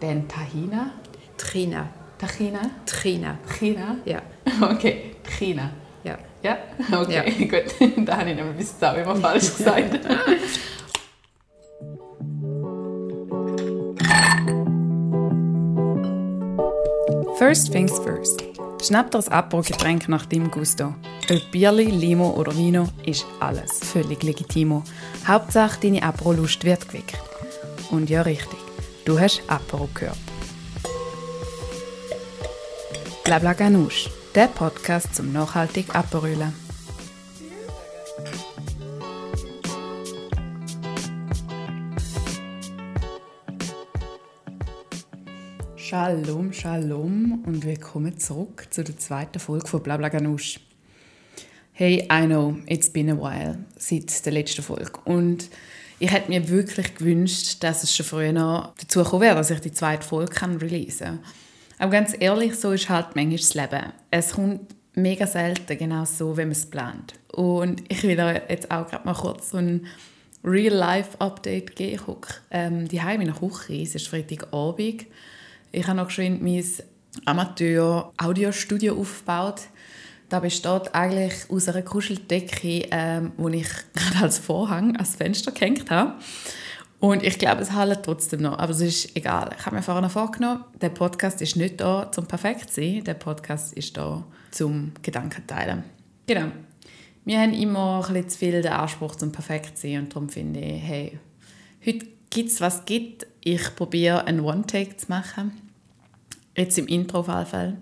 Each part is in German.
Dann Tahina. Trina. Tahina. Trina. China. Ja. Okay, China. Ja. Ja? Okay, ja. Gut. Da habe ich nämlich bis jetzt auch immer falsch gesagt. First things first. Schnapp dir ein Apero-Getränk nach deinem Gusto. Ob Bierli, Limo oder Vino ist alles völlig legitimo. Hauptsache, deine Apero-Lust wird geweckt. Und ja, richtig, du hast Apero gehört. Blabla Ganoush, der Podcast zum nachhaltig Aperölen. Shalom, Shalom und willkommen zurück zu der zweiten Folge von Blabla Ganoush. Hey, I know, it's been a while seit der letzten Folge und ich hätte mir wirklich gewünscht, dass es schon früher noch dazu gekommen wäre, dass ich die zweite Folge releasen kann. Aber ganz ehrlich, so ist halt manchmal das Leben. Es kommt mega selten genau so, wie man es plant. Und ich will euch jetzt auch gerade mal kurz so ein Real-Life-Update geben. Ich hocke daheim in der Küche, es ist Freitagabend. Ich habe noch geschwind mein Amateur-Audiostudio aufgebaut. Das besteht eigentlich aus einer Kuscheldecke, die ich gerade als Vorhang ans Fenster gehängt habe. Und ich glaube, es hält trotzdem noch, aber es ist egal. Ich habe mir vorher noch vorgenommen, der Podcast ist nicht da, zum perfekt zu sein. Der Podcast ist da, zum Gedanken teilen. Genau. Wir haben immer ein bisschen zu viel den Anspruch, zum perfekt zu sein. Und darum finde ich, hey, heute gibt es, was es gibt. Ich probiere einen One-Take zu machen. Jetzt im Intro auf jeden Fall.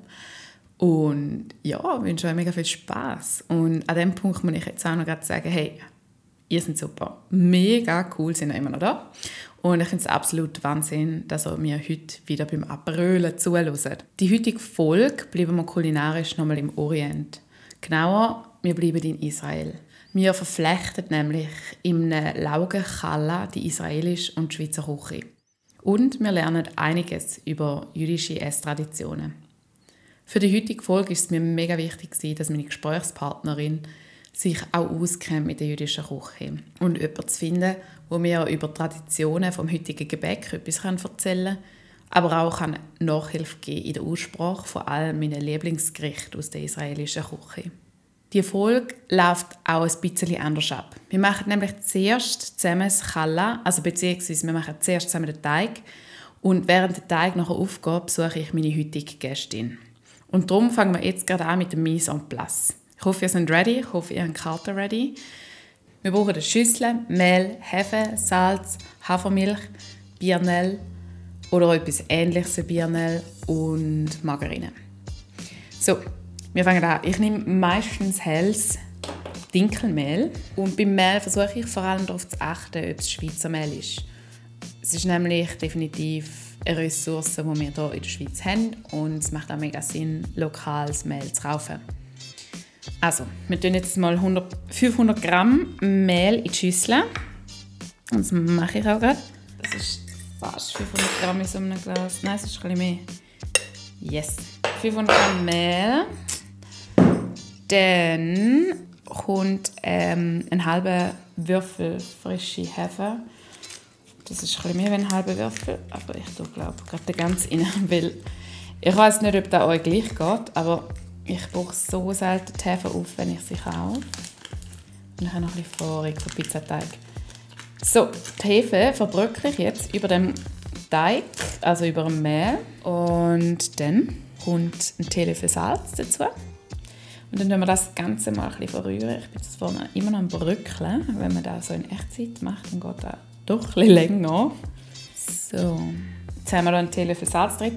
Und ja, ich wünsche euch mega viel Spass. Und an diesem Punkt muss ich jetzt auch noch sagen, hey, ihr seid super. Mega cool, sind ihr immer noch da. Und ich finde es absolut Wahnsinn, dass ihr mir heute wieder beim Aperölen zuhört. Die heutige Folge bleiben wir kulinarisch nochmal im Orient. Genauer, wir bleiben in Israel. Wir verflechten nämlich in einem Laugenchalla die israelische und die Schweizer Küche. Und wir lernen einiges über jüdische Esstraditionen. Für die heutige Folge ist es mir mega wichtig, dass meine Gesprächspartnerin sich auch auskennt mit der jüdischen Küche und jemanden zu finden, der mir über Traditionen vom heutigen Gebäck etwas erzählen kann, aber auch Nachhilfe geben in der Aussprache von all meinen Lieblingsgerichten aus der israelischen Küche. Die Folge läuft auch ein bisschen anders ab. Wir machen nämlich zuerst zusammen das Challa, also beziehungsweise wir machen zuerst zusammen den Teig und während der Teig nachher aufgeht, besuche ich meine heutige Gästin. Und darum fangen wir jetzt gerade an mit dem Mise en place. Ich hoffe, ihr seid ready. Ich hoffe, ihr habt die Karte ready. Wir brauchen eine Schüssel, Mehl, Hefe, Salz, Hafermilch, Birnel oder auch etwas Ähnliches wie Birnel und Margarine. So, wir fangen an. Ich nehme meistens helles Dinkelmehl. Und beim Mehl versuche ich vor allem darauf zu achten, ob es Schweizer Mehl ist. Es ist nämlich definitiv eine Ressource, die wir hier in der Schweiz haben. Und es macht auch mega Sinn, lokales Mehl zu kaufen. Also, wir tun jetzt mal 500 Gramm Mehl in die Schüssel. Und das mache ich auch gerade. Das ist fast 500 Gramm in so einem Glas. Nein, es ist ein bisschen mehr. Yes. 500 Gramm Mehl. Dann kommt ein halber Würfel frische Hefe. Das ist ein bisschen mehr als ein halber Würfel. Aber ich glaube gerade den ganz rein, weil ich weiß nicht, ob das euch gleich geht, aber ich brauche so selten die Hefe auf, wenn ich sie kaufe. Und ich habe noch ein bisschen Vorrat für Pizzateig. So, die Hefe verbröckle ich jetzt über dem Teig, also über dem Mehl. Und dann kommt ein Teelöffel Salz dazu. Und dann tun wir das Ganze mal ein bisschen verrühren. Ich bin jetzt vorne immer noch am Bröckeln. Wenn man das so in Echtzeit macht, dann geht das doch ein bisschen länger. So, jetzt haben wir da einen Teelöffel Salz drin.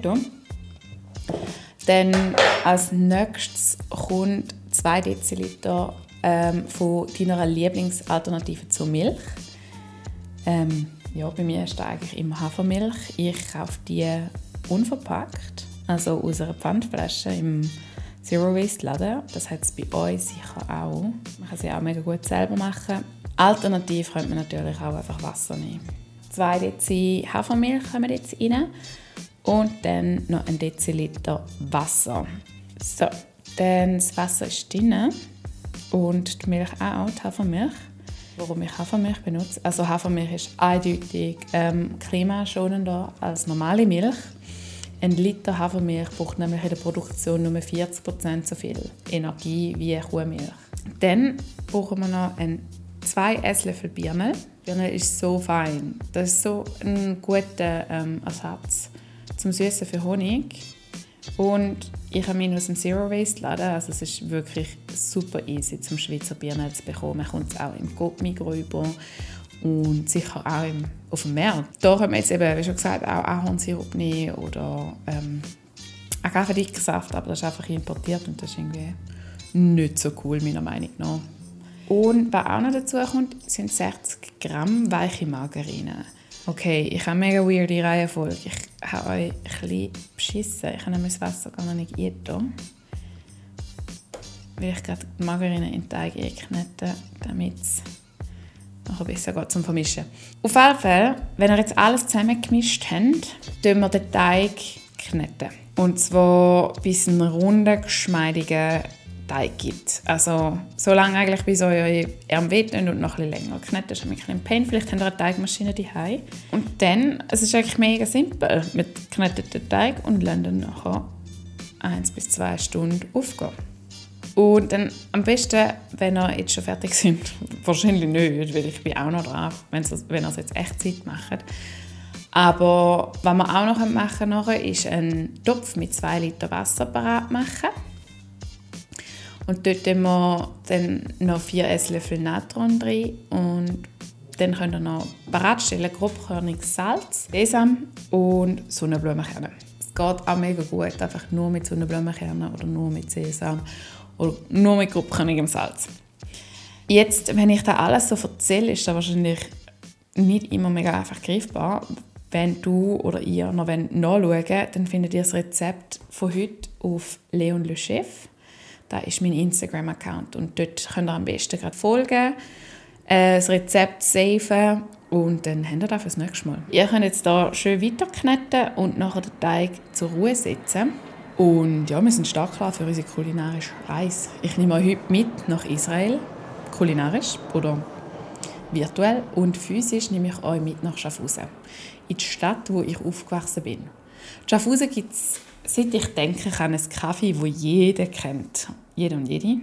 Dann als nächstes kommt 2 Deziliter von deiner Lieblingsalternative zur Milch. Ja, bei mir ist das eigentlich immer Hafermilch. Ich kaufe die unverpackt, also aus einer Pfandflasche im Zero-Waste-Laden. Das hat es bei euch sicher auch. Man kann sie auch mega gut selber machen. Alternativ könnte man natürlich auch einfach Wasser nehmen. 2 Dezi Hafermilch kommen jetzt rein. Und dann noch 1 Deziliter Wasser. So, dann das Wasser ist drin. Und die Milch auch, die Hafermilch. warum ich Hafermilch benutze. Also Hafermilch ist eindeutig klimaschonender als normale Milch. Ein Liter Hafermilch braucht nämlich in der Produktion nur 40% so viel Energie wie Kuhmilch. Dann brauchen wir noch 2 Esslöffel Birnel. Birnel ist so fein. Das ist so ein guter Ersatz zum Süßen für Honig. Und ich habe ihn aus dem Zero Waste Laden. Also es ist wirklich super easy zum Schweizer Birnel zu bekommen. Man kommt es auch im Migros über und sicher auch auf dem Markt. Da können wir jetzt eben, wie schon gesagt, auch Ahornsirup nehmen oder Agavendicksaft, aber das ist einfach importiert und das ist irgendwie nicht so cool, meiner Meinung nach. Und was auch noch dazu kommt, sind 60 Gramm weiche Margarine. Okay, ich habe eine mega weirde Reihenfolge. Ich habe euch ein bisschen beschissen. Ich habe nämlich das Wasser gar noch nicht eingetan, weil ich gerade die Margarine in den Teig einknete, damit es noch ein bisschen geht zum Vermischen. Auf jeden Fall, wenn ihr jetzt alles zusammen gemischt habt, kneten wir den Teig kneten. Und zwar bis einen runden, geschmeidigen Teig gibt. Also so lange eigentlich, bis eure Arme wehtun und noch ein bisschen länger. Kneten ist ein bisschen Pain. Vielleicht habt ihr eine Teigmaschine daheim. Und dann, es ist eigentlich mega simpel. Wir kneten den Teig und lassen ihn nachher 1 bis 2 Stunden aufgehen. Und dann am besten, wenn ihr jetzt schon fertig seid, wahrscheinlich nicht, weil ich bin auch noch drauf, wenn ihr es jetzt echt Zeit macht. Aber was wir auch noch machen können, ist einen Topf mit 2 Liter Wasser parat machen. Und dort tun wir dann noch 4 Esslöffel Natron drin. Und dann könnt ihr noch parat stellen, grobkörniges Salz, Sesam und Sonnenblumenkerne. Es geht auch mega gut, einfach nur mit Sonnenblumenkernen oder nur mit Sesam. Oder nur mit grobkörnigem Salz. Jetzt, wenn ich das alles so erzähle, ist das wahrscheinlich nicht immer mega einfach greifbar. Wenn du oder ihr noch nachschauen wollt, dann findet ihr das Rezept von heute auf Leon Le Chef. Das ist mein Instagram-Account und dort könnt ihr am besten gerade folgen, das Rezept saven und dann habt ihr das fürs nächste Mal. Ihr könnt jetzt hier schön weiterkneten und nachher den Teig zur Ruhe setzen. Und ja, wir sind stark klar für unsere kulinarische Reise. Ich nehme euch heute mit nach Israel, kulinarisch oder virtuell. Und physisch nehme ich euch mit nach Schaffhausen, in die Stadt, wo ich aufgewachsen bin. In Schaffhausen gibt es, seit ich denken kann, ein Kaffee, das jeder kennt. Jeder und jede.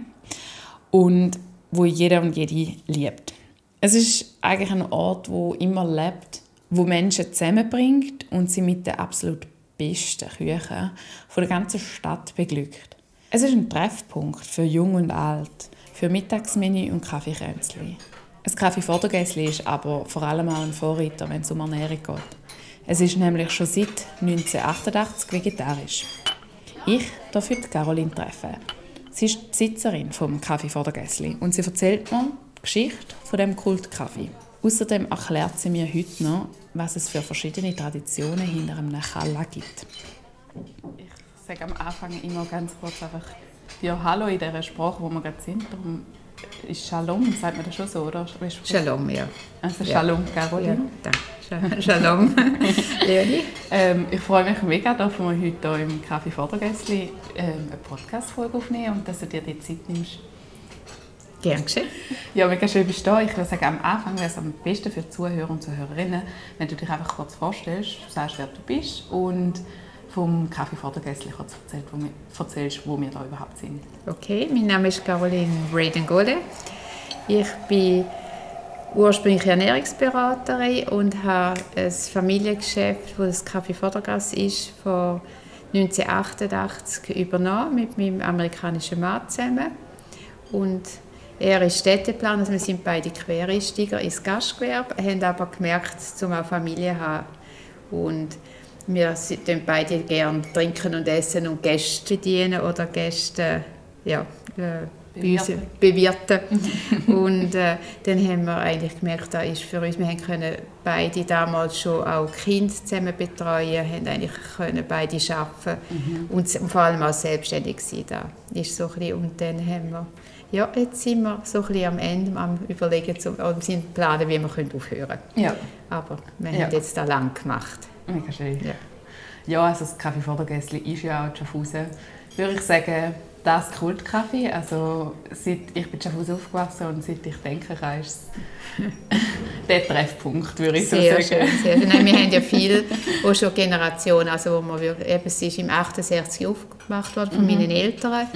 Und wo jeder und jede liebt. Es ist eigentlich ein Ort, wo immer lebt, wo Menschen zusammenbringt und sie mit der absolut besten Küche von der ganzen Stadt beglückt. Es ist ein Treffpunkt für Jung und Alt, für Mittagsmenü und Kaffeekränzli. Ein Kaffee Vordergässli ist aber vor allem auch ein Vorreiter, wenn es um Ernährung geht. Es ist nämlich schon seit 1988 vegetarisch. Ich darf heute Caroline treffen. Sie ist die Besitzerin vom Kaffee Vordergässli und sie erzählt mir die Geschichte von dem Kultkaffee. Außerdem erklärt sie mir heute noch, was es für verschiedene Traditionen hinter einem Challah gibt. Ich sage am Anfang immer ganz kurz einfach ja, Hallo in dieser Sprache, wo wir gerade sind. Darum ist Shalom, sagt man das schon so, oder? Shalom, ja. Also Shalom, Caroline. Ja, danke. Shalom, Leonie. Ich freue mich mega, dass wir heute hier im Kaffee Vordergässli eine Podcast-Folge aufnehmen und dass du dir die Zeit nimmst. Gern geschehen. Ja, mega schön bist du da. Ich würde sagen, am Anfang wäre es am besten für die Zuhörer und Zuhörerinnen, wenn du dich einfach kurz vorstellst, sagst, wer du bist und vom Kaffee Vordergässli kurz erzählst, wo wir da überhaupt sind. Okay, mein Name ist Caroline Braden-Gole. Ich bin ursprünglich Ernährungsberaterin und habe ein Familiengeschäft, das das Kaffee Vordergässli ist, von 1988 übernommen mit meinem amerikanischen Mann zusammen. Und er ist Städteplaner, also wir sind beide Quereinsteiger ins Gastgewerbe, haben aber gemerkt, um auch Familie zu haben. Und wir tun beide gerne trinken und essen und Gäste bedienen oder Gäste bewirten. Und dann haben wir eigentlich gemerkt, das ist für uns, wir können beide damals schon auch Kinder zusammen betreuen, haben eigentlich können beide arbeiten und vor allem auch selbstständig sein. Da ist so ein bisschen, und dann haben wir ja, jetzt sind wir so ein bisschen am Ende, am Überlegen, sind planen, wie wir aufhören können. Ja. Aber wir haben jetzt da lang gemacht. Mega schön. Ja, also das Kaffee Vordergässli ist ja auch in Schaffhausen. würde ich sagen, das Kultkaffee. Also, ich bin Schaffhausen aufgewachsen und seit ich denken kann, ist es der Treffpunkt, würde ich sehr so sagen. Schön, sehr schön. Nein, wir haben ja viele, auch schon Generationen, also wo man wirklich, eben, es ist im 68 aufgemacht worden von meinen Eltern.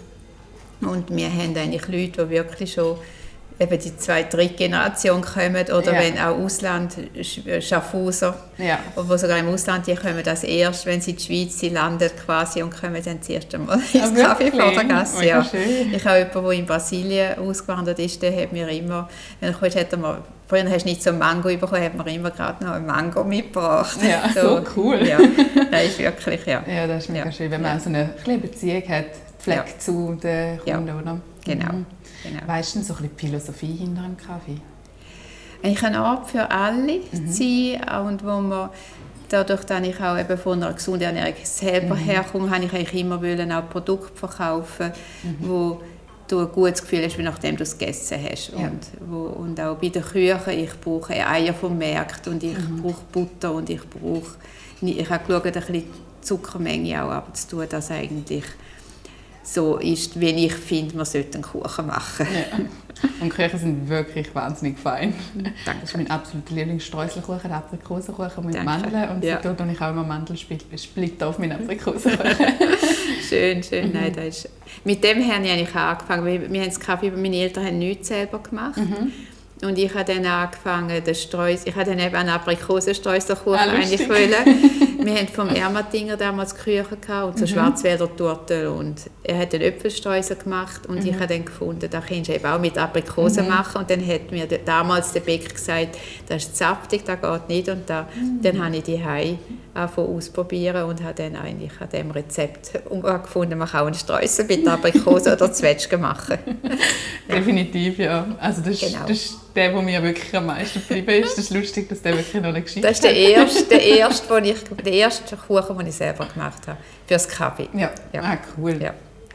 Und wir haben eigentlich Leute, die wirklich schon eben die 2., 3. Generation kommen oder wenn auch Ausland, Schaffhauser, die sogar im Ausland, die kommen das erst, wenn sie in die Schweiz sie landen quasi und kommen dann das erste Mal ins Kaffee vor der Gasse. Ja. Ich habe jemanden, der in Brasilien ausgewandert ist, der hat mir immer, wenn er kommst, hat er mir, vorhin hast du nicht so ein Mango bekommen, hat mir immer gerade noch ein Mango mitgebracht. Ja, so cool. Ja, das ist wirklich, ja. Ja, das ist mega schön, wenn man so eine kleine Beziehung hat, Pflege zu den Kunden, oder? Genau. Genau. Weißt du so ein bisschen die Philosophie hinter dem Kaffee? Ich kann Ort für alle sein und wo man dadurch, dass ich auch eben von einer gesunden Ernährung selber herkomme, habe ich eigentlich immer wollen, auch Produkte verkaufen, wo du ein gutes Gefühl hast, nachdem du es gegessen hast. Ja. Und auch bei der Küche, ich brauche Eier vom Markt und ich brauche Butter und ich habe geschaut, ein bisschen Zuckermenge auch abzutun, dass eigentlich so ist, wenn ich finde, man sollte einen Kuchen machen. Ja. Und Kuchen sind wirklich wahnsinnig fein. Danke. Das ist mein absoluter Lieblingsstreuselkuchen, der Aprikosenkuchen mit Mandeln. Und so tue ich auch immer Mandelsplitter auf meinen Aprikosenkuchen. Schön. Nein, das ist, mit dem habe ich eigentlich angefangen. Wir haben das Kaffee, meine Eltern haben nichts selber gemacht. Und ich habe dann angefangen, ich habe dann eben einen Aprikosenstreuselkuchen eigentlich wollen. Wir hatten vom Ermatinger damals Küche und so Schwarzwälder Torten und er hat den Äpfelstreusel gemacht und ich habe dann gefunden, da kannst du eben auch mit Aprikosen machen und dann hat mir damals der Bäcker gesagt, das ist saftig, das geht nicht und dann habe ich die angefangen ausprobieren und habe dann eigentlich an diesem Rezept gefunden, man kann auch einen Streusel mit Aprikosen oder Zwetschgen machen. Definitiv, ja. Also das ist der mir wirklich am meisten geblieben ist. Das ist lustig, dass der wirklich noch eine Geschichte hat. Das ist der erste Kuchen, den ich selber gemacht habe, für das Kaffee. Ja. Ah, cool. Ja.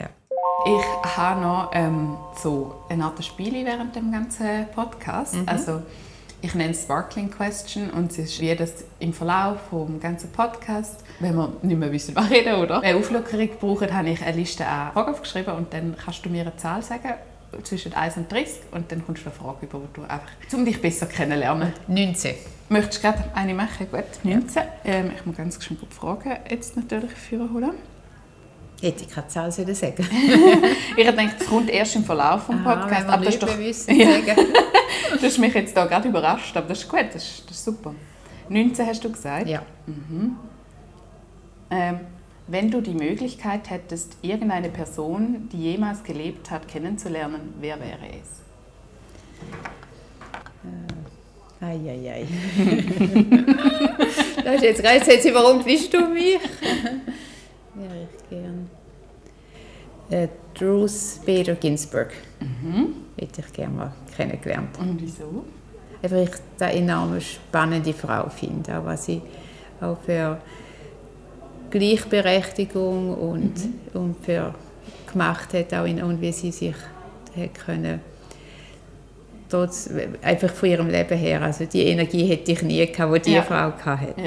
Ich habe noch so eine Art Spiel während dem ganzen Podcast. Also, ich nenne es Sparkling Question und es ist wie das im Verlauf des ganzen Podcasts, wenn wir nicht mehr wissen, was reden oder eine Auflockerung brauchen, habe ich eine Liste an Fragen aufgeschrieben und dann kannst du mir eine Zahl sagen zwischen 1 und 30 und dann kommst du eine Frage über, die du einfach, um dich besser kennenlernen. 19. Möchtest du gerade eine machen? Gut, 19. Ich muss ganz schnell die Fragen jetzt natürlich holen. Hätte ich keine Zahl sagen sollen. Ich denke, das kommt erst im Verlauf des Podcasts. Aber das ist doch wissen. Du hast mich jetzt da gerade überrascht, aber das ist gut, das ist super. 19 hast du gesagt? Ja. Wenn du die Möglichkeit hättest, irgendeine Person, die jemals gelebt hat, kennenzulernen, wer wäre es? Eieiei. Das ist jetzt reizt, warum bist du mich? Wäre ich gern. Ruth Bader Ginsburg. Hätte ich gerne mal kennengelernt. Und wieso? Weil ich eine enorm spannende Frau finde, auch was sie auch für Gleichberechtigung und für gemacht hat, auch und wie sie sich hat können, trotz, einfach von ihrem Leben her, also die Energie hätte ich nie gehabt, die diese Frau hatte.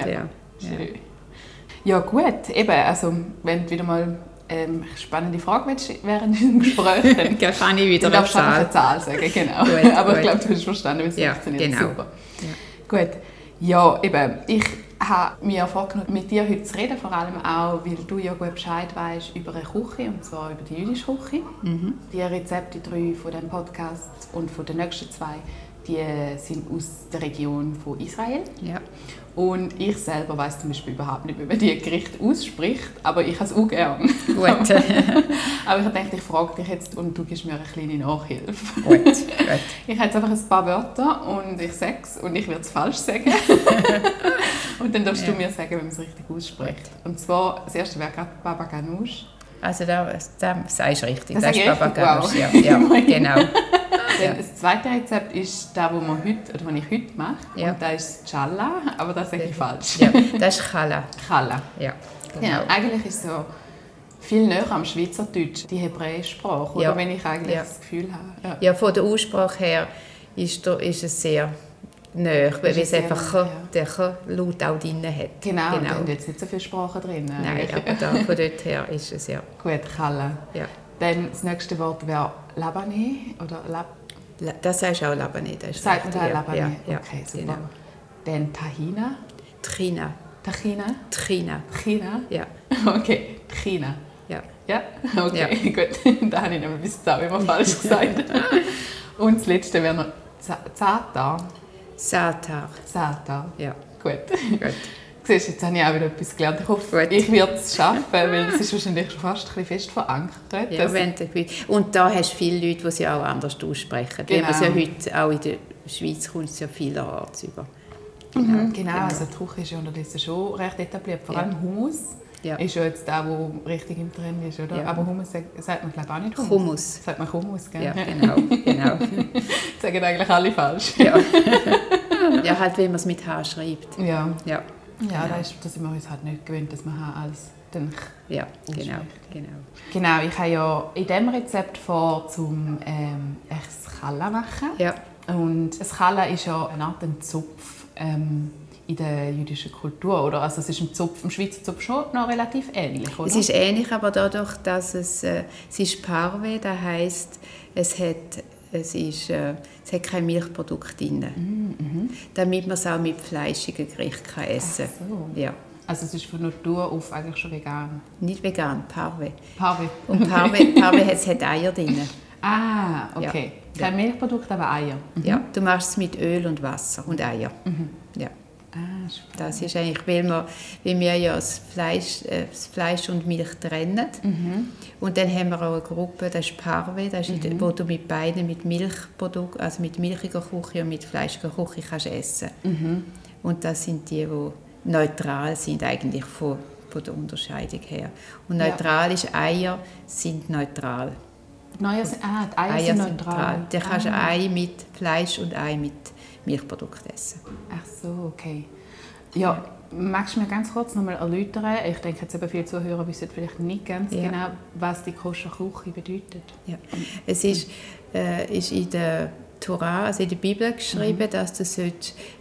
Ja gut, eben, also wenn du wieder mal spannende Frage willst, während diesem Gespräch, dann kann ich wieder eine Zahl sagen, genau. Gut, aber ich glaube, du hast verstanden, wie es funktioniert. Genau. Super. Ja. Gut, ja, eben, ich habe mir vorgenommen, mit dir heute zu reden, vor allem auch, weil du ja gut Bescheid weißt über eine Küche, und zwar über die jüdische Küche. Die Rezepte, die 3 von diesem Podcast und von den nächsten 2, die sind aus der Region von Israel. Ja. Und ich selber weiss zum Beispiel überhaupt nicht, wie man diese Gerichte ausspricht, aber ich habe es auch gerne. Gut. Aber ich dachte, ich frage dich jetzt und du gibst mir eine kleine Nachhilfe. Gut. Ich habe jetzt einfach ein paar Wörter und ich sage es und ich werde es falsch sagen. Und dann darfst du mir sagen, wenn man es richtig ausspricht. Und zwar, das erste wäre gerade Baba Ganoush. Also das sagst du richtig, das ist Baba Ganoush. Wow. Ja, genau. Das zweite Rezept ist das, was ich heute mache. Ja. Und das ist Challah, aber das sage ich falsch. Ja, das ist Challah. Challah. Ja, genau. Ja, eigentlich ist es so viel näher am Schweizerdeutsch, die hebräische Sprache, oder wenn ich eigentlich das Gefühl habe. Ja, von der Aussprache her ist es sehr Nein, weil es sehr einfach nah, ja. den Laut auch drin hat. Genau, da sind jetzt nicht so viele Sprachen drin. Nein, aber da, von dort her ist es ja. Gut, Kalle. Ja. Dann das nächste Wort wäre Labanais oder Das sagst du auch Labanais. Das ist sagt man da richtig, Labanais? Ja, Okay, super. Genau. Dann Tahina. Trina. Tachina. China? Ja. Okay, China. Ja. Ja? Okay, gut. Da habe ich nämlich bis jetzt auch immer falsch gesagt. Und das letzte wäre noch Zatar. Satar. Ja. Gut. Gut. Siehst du, jetzt habe ich auch wieder etwas gelernt. Ich hoffe, Gut. ich werde es schaffen, weil es ist wahrscheinlich schon fast ein bisschen fest verankert. Ja, und da hast du viele Leute, die sie auch anders aussprechen. Genau. Wie man es ja heute auch in der Schweiz kommt es ja vielerorts über. Genau, also die Küche ist ja unterdessen schon recht etabliert. Vor allem Hummus ist ja jetzt der, der richtig im Trend ist, oder? Ja. Aber Hummus sagt man, glaube ich, auch nicht Hummus. Sagt man Hummus, gell? Ja, genau. Das sagen eigentlich alle falsch. Ja. Ja, halt, wenn man es mit H schreibt. Ja, Ja, ja da sind wir uns halt nicht gewöhnt, dass man H als den ja ausspricht. genau. Genau, ich habe ja in diesem Rezept vor, zum echtes Challah machen. Ja. Und ein Challah ist ja eine Art Zopf in der jüdischen Kultur, oder? Also es ist im Schweizer Zopf schon noch relativ ähnlich, oder? Es ist ähnlich, aber dadurch, dass es ist Parve, das heisst, es hat kein Milchprodukt drin, damit man es auch mit fleischigen Gerichten essen kann. So. Ja. Also es ist von Natur auf eigentlich schon vegan? Nicht vegan, Parve. Parve. Und Parve hat Eier drin. Ah, okay. Ja. Kein Milchprodukt, aber Eier. Ja, du machst es mit Öl und Wasser und Eier. Ja. Ah, spannend. Das ist eigentlich, weil wir ja das Fleisch und Milch trennen. Und dann haben wir auch eine Gruppe, das ist Parve, das ist wo du mit beiden, mit Milchprodukten, also mit milchiger Küche und mit fleischiger Küche kannst essen. Und das sind die neutral sind eigentlich von der Unterscheidung her. Und neutral ist, Eier sind neutral. Die Eier sind neutral. Da kannst du Ei mit Fleisch und Ei mit Milchprodukten essen. Ach so, okay. Ja, magst du mir ganz kurz noch mal erläutern? Ich denke, jetzt eben viele Zuhörer wissen vielleicht nicht ganz genau, was die Koscher Küche bedeutet. Ja. Es ist in der Tora, also in der Bibel geschrieben, dass du ein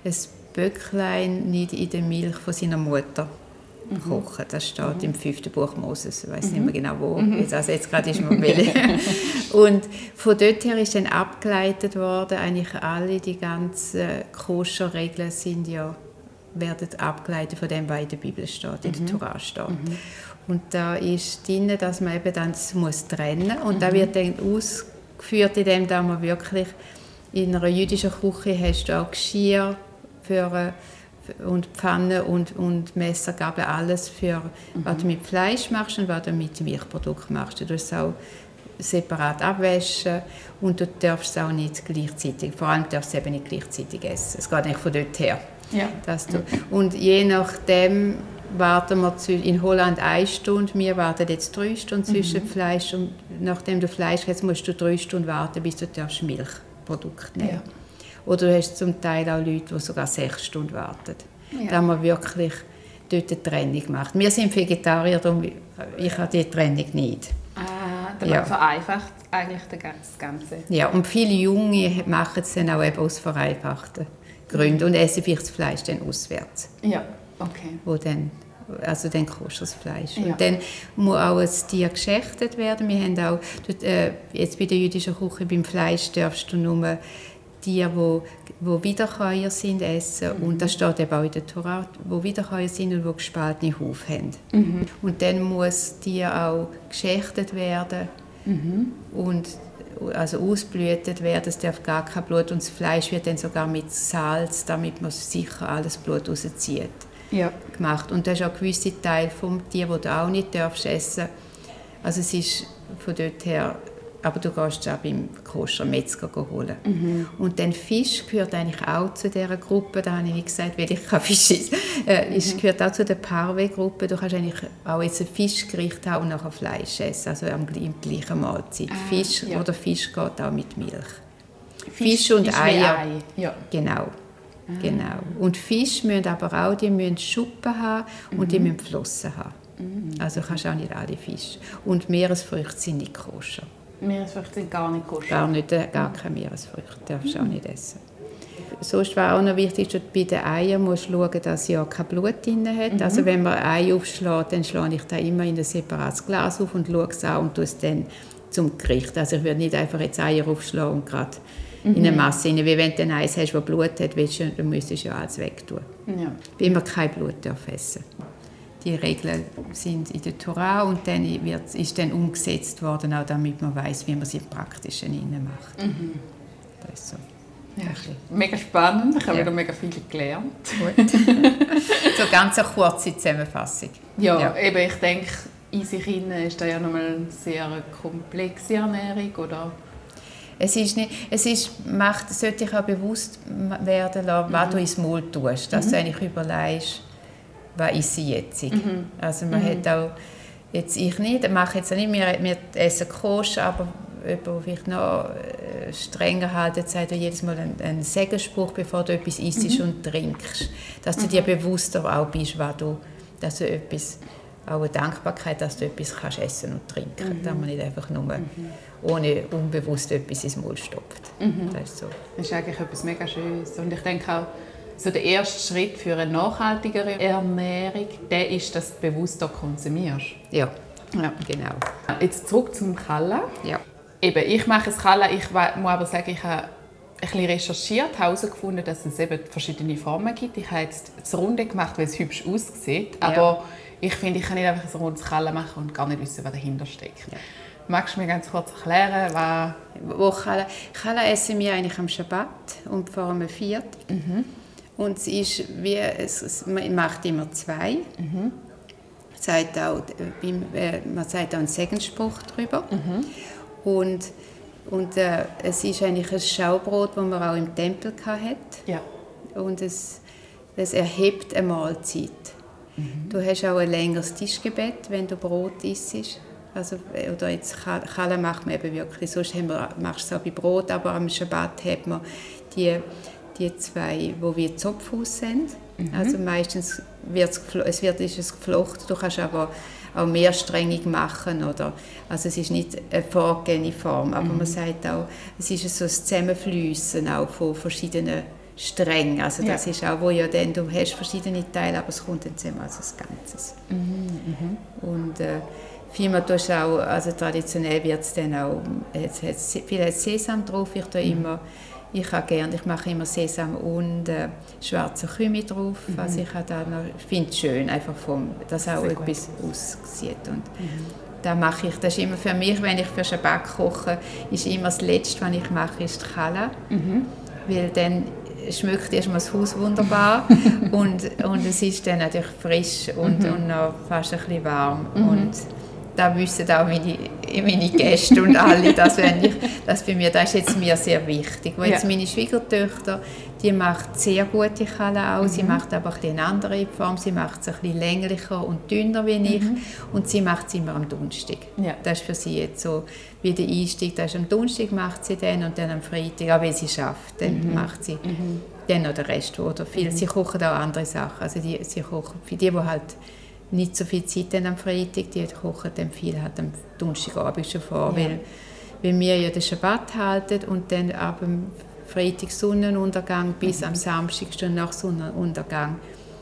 Böcklein nicht in der Milch von seiner Mutter kochen. Das steht im 5. Buch Moses. Ich weiß nicht mehr genau wo. Jetzt gerade ist mir billig. Und von dort her ist dann abgeleitet worden, eigentlich alle die ganzen Koscher-Regeln werden abgeleitet von dem, was in der Bibel steht, in der Tora steht. Und da ist drin, dass man eben dann das muss trennen muss. Und da wird dann ausgeführt, indem man wirklich in einer jüdischen Küche hast du auch Geschirr und Pfanne und Messer, Gabel, alles für was du mit Fleisch machst und was du mit Milchprodukten machst. Du darfst es auch separat abwaschen und du darfst es auch nicht gleichzeitig, vor allem darfst du es eben nicht gleichzeitig essen. Es geht nicht von dort her. Ja. Und je nachdem warten wir in Holland 1 Stunde, wir warten jetzt 3 Stunden zwischen Fleisch und nachdem du Fleisch hast, musst du 3 Stunden warten, bis du Milchprodukte nehmen darfst. Oder du hast zum Teil auch Leute, die sogar 6 Stunden warten. Ja. Da haben wir wirklich dort eine Trennung gemacht. Wir sind Vegetarier, darum ich habe die Trennung nicht. Dann vereinfacht eigentlich das Ganze. Ja, und viele Junge machen es dann auch eben aus vereinfachten Gründen und essen vielleicht das Fleisch dann auswärts. Ja, okay. Dann kostet das Fleisch. Ja. Und dann muss auch ein Tier geschächtet werden. Wir haben auch, jetzt bei der jüdischen Küche, beim Fleisch darfst du nur Tiere, die Wiederkäuer sind, essen. Und das steht eben auch in der Tora, die Wiederkäuer sind und die gespaltene Hufe haben. Und dann muss das Tier auch geschächtet werden und also ausblütet werden. Es darf gar kein Blut und das Fleisch wird dann sogar mit Salz, damit man sicher alles Blut rauszieht, gemacht. Und das ist auch ein gewisser Teil vom Tier, den du auch nicht darfst essen. Also es ist von dort her, aber du gehst es auch beim Koscher Metzger holen. Und dann Fisch gehört eigentlich auch zu dieser Gruppe, da habe ich nicht gesagt, weil ich kein Fisch esse. Gehört auch zu der Parve-Gruppe. Du kannst eigentlich auch jetzt ein Fischgericht haben und nachher Fleisch essen, also in gleichen Mahlzeit. Fisch geht auch mit Milch. Fisch und Eier. Ja. Genau. Genau. Und Fisch müssen aber auch, die müssen Schuppen haben und die müssen Flossen haben. Also kannst auch nicht alle Fische. Und Meeresfrüchte sind nicht koscher. Meeresfrüchte sind gar nicht koscher? Gar keine Meeresfrüchte, darfst du auch nicht essen. sonst war auch noch wichtig, dass bei den Eiern musst du schauen, dass ja kein Blut drin hat. Also wenn man ein Ei aufschlägt, dann schlage ich da immer in ein separates Glas auf und schaue es an und tue es dann zum Gericht. Also ich würde nicht einfach jetzt Eier aufschlagen und gerade in eine Masse rein. Wie wenn du ein Eis hast, das Blut hat, dann müsstest du ja alles wegtun. Ja. Weil man kein Blut essen darf. Die Regeln sind in der Tora und dann ist dann umgesetzt worden, auch damit man weiß, wie man sie im Praktischen macht. Das ist so. Ja, mega spannend, ich habe wieder mega viel gelernt. Gut. So ganz eine kurze Zusammenfassung. Ja, eben, ich denke, in sich innen ist da ja nochmal eine sehr komplexe Ernährung, oder? Sollte ich auch bewusst werden lassen, was du ins Maul tust, dass du eigentlich überlegst, was ist sie jetzt? Also man hat auch, jetzt ich nicht, mache jetzt auch nicht, wir essen koscher, aber jemand, der vielleicht noch strenger haltet, sagt jedes Mal einen Segensspruch, bevor du etwas isst und trinkst. Dass du dir bewusster auch bist, dass du etwas, auch eine Dankbarkeit, dass du etwas kannst essen und trinken, dass man nicht einfach nur ohne unbewusst etwas ins Maul stopft. Das ist so. Das ist eigentlich etwas mega Schönes. Und ich denke auch, so der erste Schritt für eine nachhaltigere Ernährung, der ist, dass du bewusster konsumierst. Ja, genau. Jetzt zurück zum Challah. Ja. Eben, ich mache es Challah, ich muss aber sagen, ich habe ein bisschen recherchiert, habe herausgefunden, dass es eben verschiedene Formen gibt. Ich habe jetzt das Runde gemacht, weil es hübsch aussieht, aber ich finde, ich kann nicht einfach ein rundes Challah machen und gar nicht wissen, was dahinter steckt. Ja. Magst du mir ganz kurz erklären, was... Challah essen wir eigentlich am Schabbat und vor einem Viertel. Und es ist wie, man macht immer 2. Man sagt auch einen Segensspruch darüber. Und es ist eigentlich ein Schaubrot, das man auch im Tempel hatte. Ja. Und es erhebt eine Mahlzeit. Du hast auch ein längeres Tischgebet, wenn du Brot isst. Also, oder jetzt Challah macht man eben wirklich, sonst machst du es auch bei Brot, aber am Schabbat hat man die 2, die wie Zopfhaus sind. Also meistens ist es geflochten, du kannst aber auch mehrsträngig machen. Also es ist nicht eine vorgegebene Form, aber man sagt auch, es ist so ein Zusammenfliessen auch von verschiedenen Strängen. Also das ist auch, wo ja dann, du hast verschiedene Teile, aber es kommt dann zusammen als ein Ganzes. Und vielmehr tust du auch, also traditionell wird es dann auch, viel hat Sesam drauf, ich mache immer Sesam und schwarze Kümmel drauf. Also ich finde es schön, einfach dass auch etwas aussieht. Und das ist immer für mich, wenn ich für Schabbat koche, ist immer das Letzte, was ich mache, ist die Challah. Weil dann schmeckt erstmal das Haus wunderbar und es ist dann natürlich frisch und noch fast ein bisschen warm. Und das wissen auch meine Gäste und alle, das bei mir, das ist jetzt mir sehr wichtig. Weil jetzt meine Schwiegertochter, die macht sehr gute Challah auch, sie macht aber ein bisschen eine andere Form, sie macht es ein bisschen länglicher und dünner wie ich und sie macht es immer am Donnerstag. Ja. Das ist für sie jetzt so wie der Einstieg, das ist am Donnerstag macht sie dann und dann am Freitag, auch wenn sie schafft, dann macht sie dann noch den Rest. Oder viel, sie kochen auch andere Sachen, also sie kochen für die halt nicht so viel Zeit am Freitag, die kochen dann viel halt am Donnerstagabend schon vor, weil wir ja den Schabbat halten und dann ab dem Freitag Sonnenuntergang bis am Samstag nach Sonnenuntergang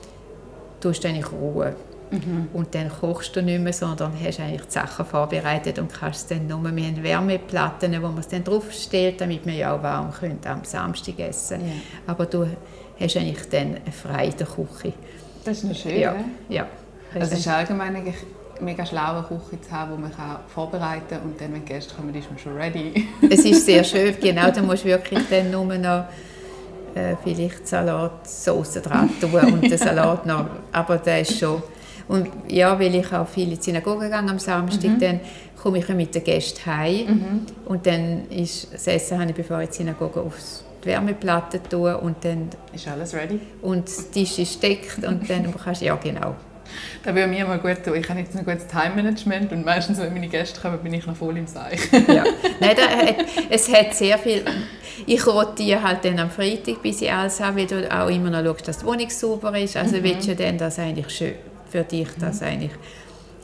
tust du eigentlich Ruhe. Und dann kochst du nicht mehr, sondern hast eigentlich die Sachen vorbereitet und kannst dann nur, wir haben Wärmeplatten, wo man es dann draufstellt, damit wir ja auch warm können am Samstag essen. Ja. Aber du hast eigentlich dann eine freie Küche. Das ist noch schön, ja. Also es ist allgemein eigentlich mega schlaue Küche zu haben, die man vorbereiten kann und dann, wenn die Gäste kommen, ist man schon ready. Es ist sehr schön, genau, da musst du wirklich dann nur noch vielleicht Salatsauce dran tun und den Salat noch, aber der ist schon... Und ja, weil ich auch viel in die Synagoge gehe am Samstag, dann komme ich mit den Gästen heim und dann ist das Essen, habe ich bevor ich in die Synagoge auf die Wärmeplatte tue und dann... Ist alles ready? Und der Tisch ist deckt und dann kannst du, ja genau. Das würde mir mal gut tun. Ich habe jetzt ein gutes Time-Management und meistens, wenn meine Gäste kommen, bin ich noch voll im Seich. Ja. Nein, es hat sehr viel... Ich rotiere halt dann am Freitag, bis ich alles habe, weil du auch immer noch schaust, dass die Wohnung sauber ist. Also willst du dann das eigentlich schön für dich, dass eigentlich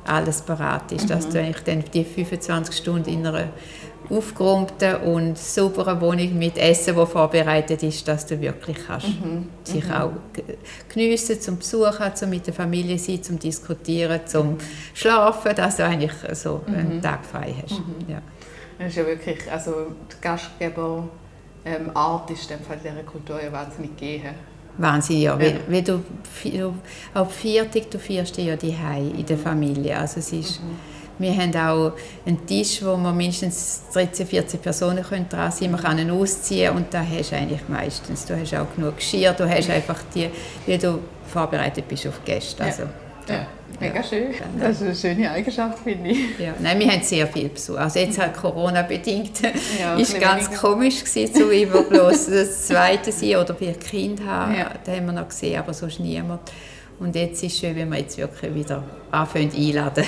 alles parat ist, dass du eigentlich dann die 25 Stunden in einer aufgeräumten und sauberen Wohnung mit Essen, das vorbereitet ist, dass du wirklich kannst sich auch geniessen, zum Besuchen, zum mit der Familie sein, zum Diskutieren, zum Schlafen, dass du eigentlich so einen Tag frei hast. Ja. Das ist ja wirklich, also die Gastgeber Art ist in dieser Kultur ja wahnsinnig gegeben. Wahnsinn, ja. Weil du ab Viertag, du feierst ja die Hause in der Familie. Also es ist, wir haben auch einen Tisch, wo wir mindestens 13, 14 Personen dran sein können. Man kann ihn ausziehen und da hast du eigentlich meistens. Du hast auch genug Geschirr, du hast einfach wie du vorbereitet bist auf Gäste. Also, ja. Mega schön. Das ist eine schöne Eigenschaft, finde ich. Ja. Nein, wir haben sehr viel Besuch. Also jetzt halt Corona-bedingt ist ganz weniger. Komisch gewesen, so über bloß das Zweite sein oder wir Kinder haben. Ja. Da haben wir noch gesehen, aber sonst niemand. Und jetzt ist es schön, wenn wir jetzt wirklich wieder anfangen einladen.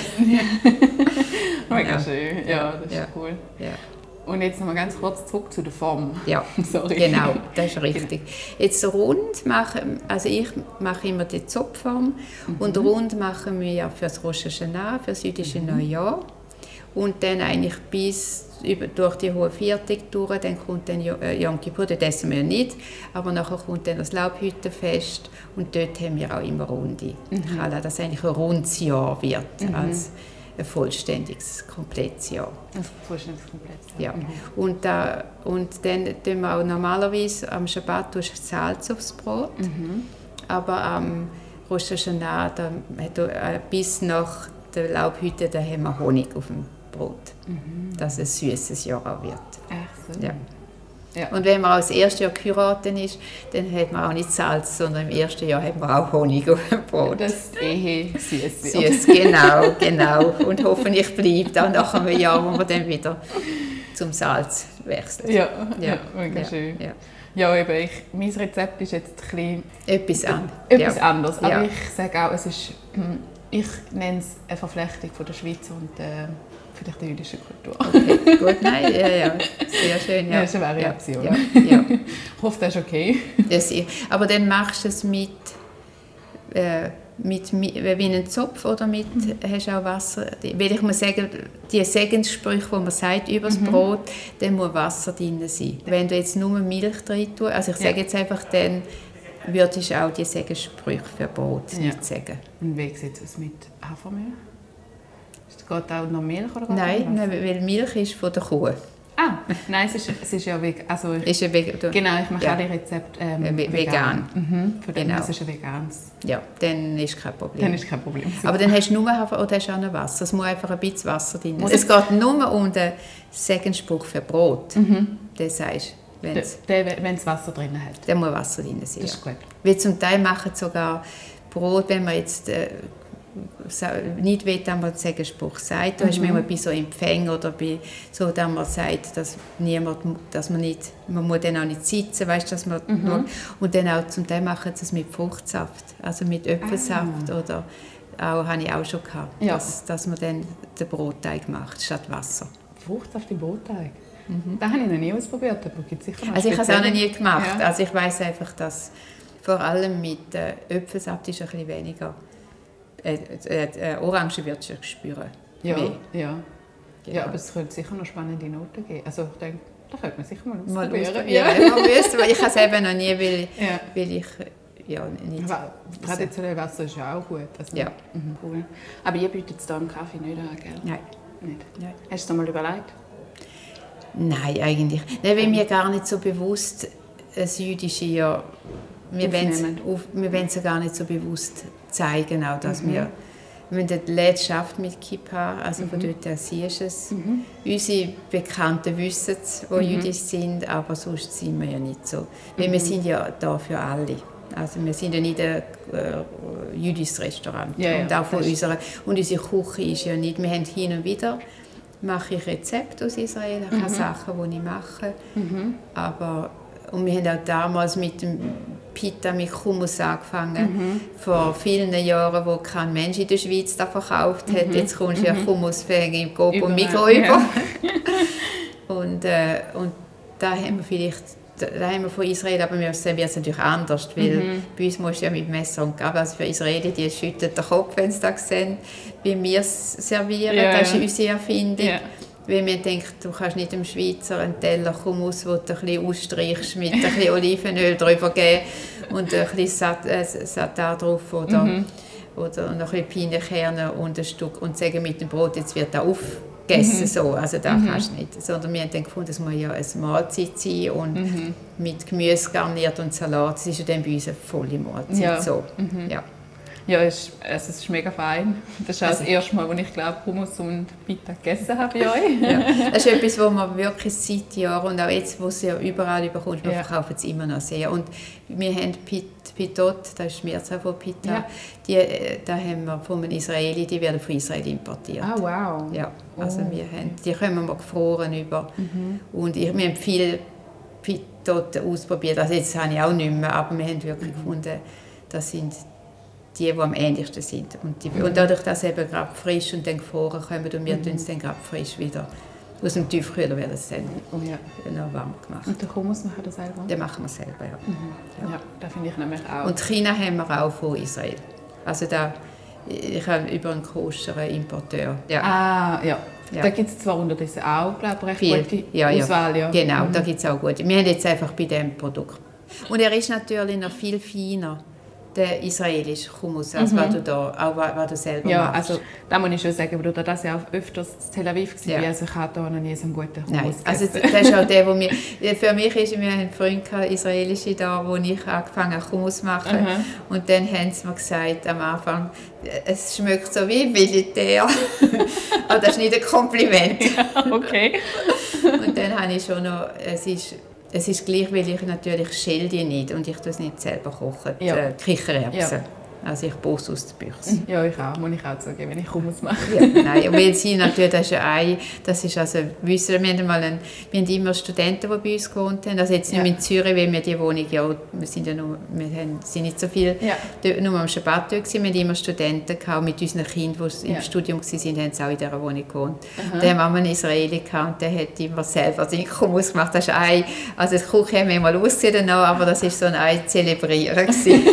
Mega schön. Ja, das ist cool. Ja. Und jetzt noch mal ganz kurz zurück zu der Form. Ja, sorry. Genau, das ist richtig. Jetzt rund machen, also ich mache immer die Zopfform und rund machen wir für das Rosh Hashanah, für das jüdische Neujahr. Und dann eigentlich bis durch die hohe Viertag durch, dann kommt dann Yom Kippur, das essen wir nicht, aber nachher kommt dann das Laubhüttenfest und dort haben wir auch immer Runde. Dass es eigentlich ein rundes Jahr wird, als ein vollständiges, komplettes Jahr. Ein vollständiges, komplettes Jahr. Ja. Und dann tun wir auch normalerweise am Schabbat Salz aufs Brot, aber am Rosh Hashanah, bis nach der Laubhütte, da haben wir Honig auf dem Brot, dass es ein süßes Jahr auch wird. Ach so. Ja. Ja. Und wenn man auch das erste Jahr geheiratet ist, dann hat man auch nicht Salz, sondern im ersten Jahr hat man auch Honig auf dem Brot. Das Ehe süß wird. Süß, genau. Und hoffentlich bleibt auch nach einem Jahr, wo man dann wieder zum Salz wechselt. Ja, mega schön. Ja, eben, mein Rezept ist jetzt ein bisschen etwas anderes. Aber ich sage auch, ich nenne es eine Verflechtung von der Schweiz und vielleicht der jüdischen Kultur. Okay, gut, nein, sehr schön. Ja, das ist eine Variation. Ja. Ich hoffe, das ist okay. Ja, aber dann machst du es mit wie einen Zopf oder hast du auch Wasser? Weil ich muss sagen, die Segenssprüche, die man sagt über das Brot, dann muss Wasser drin sein. Wenn du jetzt nur Milch drin tust, also ich sage jetzt einfach, dann würdest du auch die Segenssprüche für Brot nicht sagen. Und wie sieht es mit Hafermilch? Geht auch noch Milch? Oder Nein, weil Milch ist von der Kuh. Ah, nein, es ist ja vegan. Also, genau, ich mache alle Rezepte vegan. Von dem ist es ein veganes. Ja, dann ist kein Problem. Super. Aber dann hast du nur Hafer oder hast du auch noch Wasser. Es muss einfach ein bisschen Wasser drin sein. Es geht nur um den Segenspruch für Brot. Das sagst du. Wenn es Wasser drin hat. Dann muss Wasser drin sein. Das ist gut. Weil zum Teil machen sogar Brot, wenn man jetzt nicht will, dass man den Segenspruch sagt. Du hast manchmal bei so Empfängen oder bei so, dass man sagt, dass man muss dann auch nicht sitzen, weißt, dass man nur, und dann auch zum Teil machen sie es mit Fruchtsaft, also mit Äpfelsaft oder auch, habe ich auch schon gehabt, dass man dann den Brotteig macht statt Wasser. Fruchtsaft im Brotteig? Das habe ich noch nie ausprobiert, aber gibt sicher noch also ich habe es auch noch nie gemacht. Ja. Also ich weiss einfach, dass vor allem mit Äpfelsaft ist ein bisschen weniger. Orange wird schon spüren. Ja, aber es könnte sicher noch spannende Noten geben. Also ich denke, da könnte man sicher mal ausprobieren. Weil ich habe es eben noch nie, weil ich nicht... Aber traditionell Wasser ist ja auch gut. Also, cool. Aber ihr bietet es da im Kaffee nicht an, gell? Nein. Nicht? Nein. Hast du es mal überlegt? Nein, eigentlich. Nein, weil mir gar nicht so bewusst das jüdische Jahr... Wir wollen es ja gar nicht so bewusst zeigen, auch, dass wir die Leute schafft mit Kippa, also von dort her siehst du es. Unsere Bekannten wissen es, die jüdisch sind, aber sonst sind wir ja nicht so. Weil wir sind ja da für alle. Also wir sind ja nicht ein jüdisches Restaurant. Und auch von unserer Küche ist ja nicht, wir haben hin und wieder mache ich Rezepte aus Israel, ich habe Sachen, die ich mache, und wir haben auch damals mit dem Pita mit Hummus angefangen, vor vielen Jahren, wo kein Mensch in der Schweiz das verkauft hat. Jetzt kommst du ja Hummusfähig im Coop und Mikro über. Und da haben wir vielleicht da haben wir von Israel, aber wir sehen es natürlich anders, weil bei uns musst du ja mit Messer und Gabel, also für Israeli, die schütten den Kopf, wenn sie das sehen, wie wir es servieren, das ist unsere Erfindung. Ja. Weil wir denken, du kannst nicht dem Schweizer einen Teller Hummus, den du ein bisschen ausstreichst, mit ein bisschen Olivenöl drüber geben und ein bisschen Satar drauf oder noch ein bisschen Pinienkerne und ein Stück und sagen mit dem Brot, jetzt wird das aufgegessen. So. Also das kannst du nicht. Sondern wir haben dann gefunden, das muss ja eine Mahlzeit sein und mit Gemüse garniert und Salat, das ist ja dann bei uns eine volle Mahlzeit. Ja. So. Ja. Ja, es ist mega fein. Das ist auch das erste Mal, wo ich glaube, Hummus und Pita gegessen habe bei euch. Ja. Das ist etwas, was man wirklich seit Jahren und auch jetzt, wo es ja überall überkommt, wir verkaufen es immer noch sehr. Und wir haben Pitot, das ist die Mehrzahl von Pita, da haben wir von einem Israeli, die werden von Israel importiert. Ah, wow. Ja, also die kommen wir gefroren über. Und wir haben viele Pitot ausprobiert, also jetzt habe ich auch nicht mehr, aber wir haben wirklich gefunden, das sind die am ähnlichsten sind. Und dadurch, dass sie eben gerade frisch und dann gefroren kommen und wir tun es dann gerade frisch wieder aus dem Tiefkühler, werden es dann noch warm gemacht. Und den Hummus machen wir selber? Den machen wir selber, ja. Ja, das finde ich nämlich auch. Und China haben wir auch von Israel. Also ich habe über einen koscheren Importeur. Ja. Ah, ja. Da gibt es zwar unterdessen auch, glaube ich, recht gute Auswahl. Ja. Genau, da gibt es auch gute. Wir haben jetzt einfach bei diesem Produkt. Und er ist natürlich noch viel feiner, der israelische Hummus, als was du selber machst. Also da muss ich schon sagen, weil du das ja auch öfters in Tel Aviv warst, also ich habe da noch nie so einen guten Hummus gegessen. Also das ist auch der, wo für mich ist, wir haben einen Freund israelische da, wo ich angefangen habe, Hummus zu machen. Und dann haben sie mir gesagt am Anfang, es schmeckt so wie Militär. Aber das ist nicht ein Kompliment. Ja, okay. Und dann habe ich schon noch, es ist gleich, weil ich natürlich schäle die nicht und ich tue es nicht selber kochen, Kichererbsen. Ja. Also ich bosse aus der Büchse. Ja, ich auch, muss ich auch zugeben, wenn ich Hummus mache. Ja, nein, und weil sie natürlich, das ist ja Ei, das ist also, wir haben immer Studenten, die bei uns gewohnt haben, also jetzt nicht in Zürich, weil wir die Wohnung, wir sind nicht so viel, nur am Schabbat dort gewesen, wir haben immer Studenten gehabt, mit unseren Kindern, die im Studium waren, haben sie auch in dieser Wohnung gewohnt. Da haben wir auch einen Israeli gehabt und der hat immer selber den Hummus gemacht, das ist Ei, also das Küche haben wir mal ausgesehen, aber das war so ein Ei zelebrieren.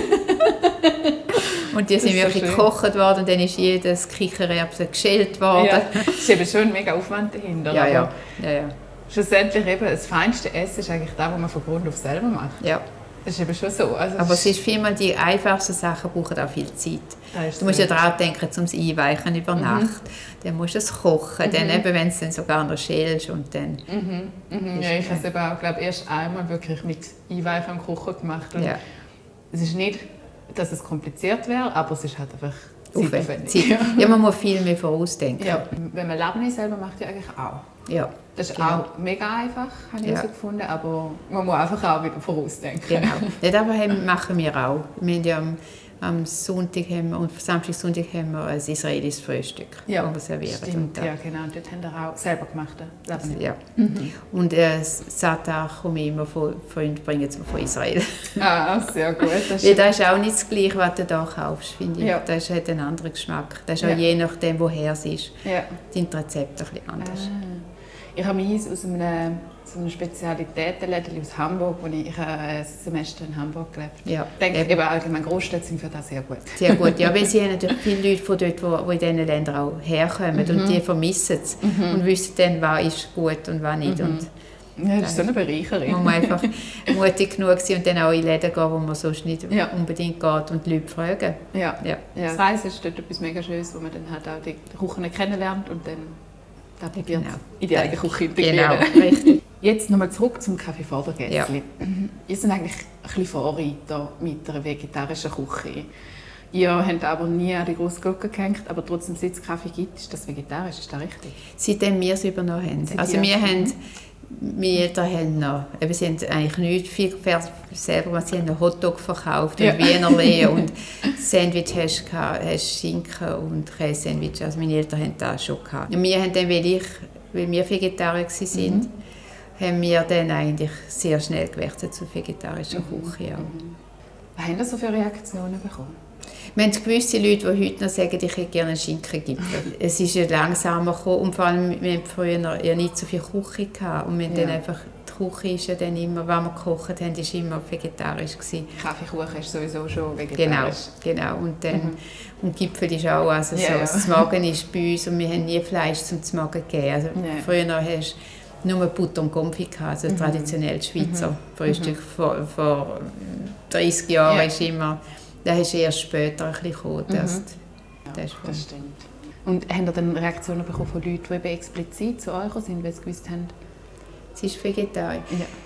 Und die sind wirklich gekocht worden und dann ist jedes Kichererbsen geschält worden. Ja, das ist eben schon ein mega Aufwand dahinter. Ja. Schlussendlich eben, das feinste Essen ist eigentlich das, was man von Grund auf selber macht. Ja. Das ist eben schon so. Also aber es ist vielmal, die einfachsten Sachen brauchen auch viel Zeit. Du musst ja daran denken, um es einweichen über Nacht. Dann musst du es kochen, dann eben, wenn du es dann sogar noch schälst und dann... Ja, ich habe es eben auch, glaube erst einmal wirklich mit Einweichen am Kochen gemacht. Und es ist nicht, dass es kompliziert wäre, aber es ist halt einfach zeitaufwendig. Ja, man muss viel mehr vorausdenken. Ja, wenn man Labneh selber macht, ja eigentlich auch. Ja. Das ist auch mega einfach, habe ich so gefunden, aber man muss einfach auch wieder vorausdenken. Genau. Ja, das machen wir auch. Wir haben ja am Sonntag und Samstag, Sonntag haben wir ein israelisches Frühstück, das wir servieren. Stimmt, ja genau. Und dort haben wir auch selber gemacht. Ja. Und Satar komme ich immer Freunde bringen es mir von Israel. Ah, sehr gut. Das ist auch nicht das Gleiche, was du hier kaufst, finde ich. Ja. Das hat einen anderen Geschmack. Das ist auch je nachdem, woher es ist, sind die Rezepte ein bisschen anders. Ich habe mich aus einem Spezialitätenläden aus Hamburg, wo ich ein Semester in Hamburg gelebt habe. Ja, ich denke, eben allgemein Großstädte sind für das sehr gut. Sehr gut, ja, weil sie haben natürlich viele Leute von dort, die in diesen Ländern auch herkommen und die vermissen es und wissen dann, was ist gut und was nicht. Und ja, das ist so eine Bereicherung. Man muss einfach mutig genug sein und dann auch in Läden gehen, wo man sonst nicht unbedingt geht und die Leute fragen. Ja. Das Reisen ist dort etwas mega Schönes, wo man dann halt auch die Küchen kennenlernt und dann probiert in die eigene Küche integrieren. Genau, richtig. Jetzt nochmal zurück zum Kaffee Vordergässli. Ja. Ihr seid eigentlich ein bisschen Vorreiter mit einer vegetarischen Küche. Ihr habt aber nie an die grosse Glocke gehängt, aber trotzdem, seit es Kaffee gibt, ist das vegetarisch, ist das richtig? Seitdem wir es übernommen haben. Also meine Eltern haben noch, sie haben eigentlich nicht viel selber, sie haben noch Hotdog verkauft und Wienerli und Sandwich hast Schinken und Käse-Sandwich, also meine Eltern haben das schon gehabt. Und wir haben dann, weil wir Vegetarier waren, haben wir dann eigentlich sehr schnell gewechselt zur vegetarischen Küche. Ja. Was haben das so für Reaktionen bekommen? Wir haben gewisse Leute, die heute noch sagen, ich hätte gerne einen Schinkengipfel. Es ist ja langsamer gekommen und vor allem, wir hatten früher ja nicht so viel Küche gehabt und wir haben dann einfach die Küche ist ja dann immer, was wir gekocht haben, ist immer vegetarisch gewesen. Kaffeekuchen ist sowieso schon vegetarisch. Genau. Und dann und Gipfel ist auch, also so, das Magen ist bei uns und wir haben nie Fleisch zum Magen gegeben. Also früher hast du nur Butter und Konfit gehabt, also traditionell Schweizer Frühstück vor 30 Jahren ist immer, da hast du erst später ein bisschen gekommen. Das stimmt. Und habt ihr dann Reaktionen bekommen von Leuten, die eben explizit zu euch sind, weil sie gewusst haben? Sie ist Vegetarier.